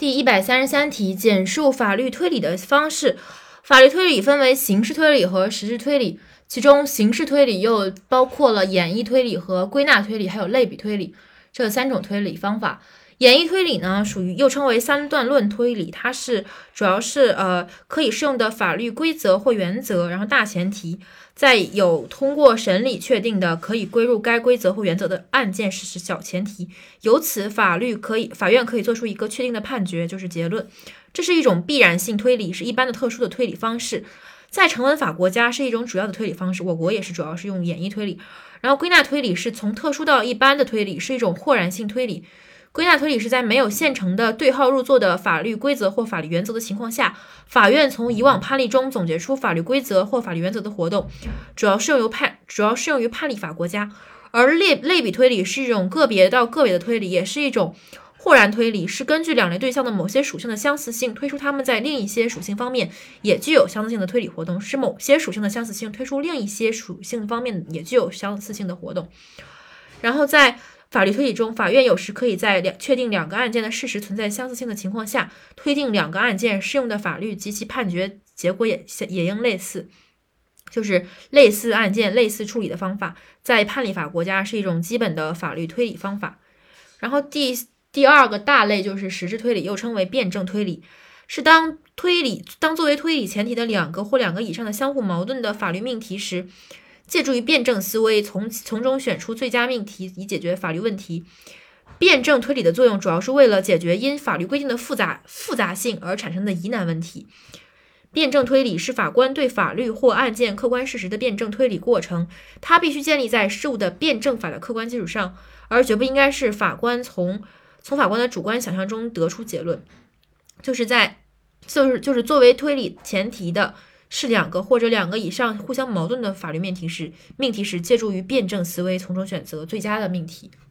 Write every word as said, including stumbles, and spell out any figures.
第一百三十三题，简述法律推理的方式。法律推理分为刑事推理和实质推理，其中刑事推理又包括了演绎推理和归纳推理，还有类比推理这三种推理方法。演绎推理呢，属于又称为三段论推理，它是主要是呃可以适用的法律规则或原则，然后大前提，在有通过审理确定的可以归入该规则或原则的案件时是小前提，由此法律可以法院可以做出一个确定的判决，就是结论。这是一种必然性推理，是一般的特殊的推理方式。在成文法国家是一种主要的推理方式，我国也是主要是用演绎推理。然后归纳推理是从特殊到一般的推理，是一种豁然性推理。归纳推理是在没有现成的对号入座的法律规则或法律原则的情况下，法院从以往判例中总结出法律规则或法律原则的活动，主要适用于判主要适用于判例法国家。而类类比推理是一种个别到个别的推理，也是一种豁然推理，是根据两类对象的某些属性的相似性，推出它们在另一些属性方面也具有相似性的推理活动，是某些属性的相似性推出另一些属性方面也具有相似性的活动。然后在法律推理中，法院有时可以在两确定两个案件的事实存在相似性的情况下，推定两个案件适用的法律及其判决结果也也应类似，就是类似案件类似处理的方法，在判例法国家是一种基本的法律推理方法。然后第第二个大类就是实质推理，又称为辩证推理，是当推理当作为推理前提的两个或两个以上的相互矛盾的法律命题时，借助于辩证思维，从从中选出最佳命题以解决法律问题。辩证推理的作用主要是为了解决因法律规定的复杂复杂性而产生的疑难问题。辩证推理是法官对法律或案件客观事实的辩证推理过程，它必须建立在事物的辩证法的客观基础上，而绝不应该是法官从从法官的主观想象中得出结论。就是在就是就是作为推理前提的是两个或者两个以上互相矛盾的法律命题时，命题时借助于辩证思维，从中选择最佳的命题。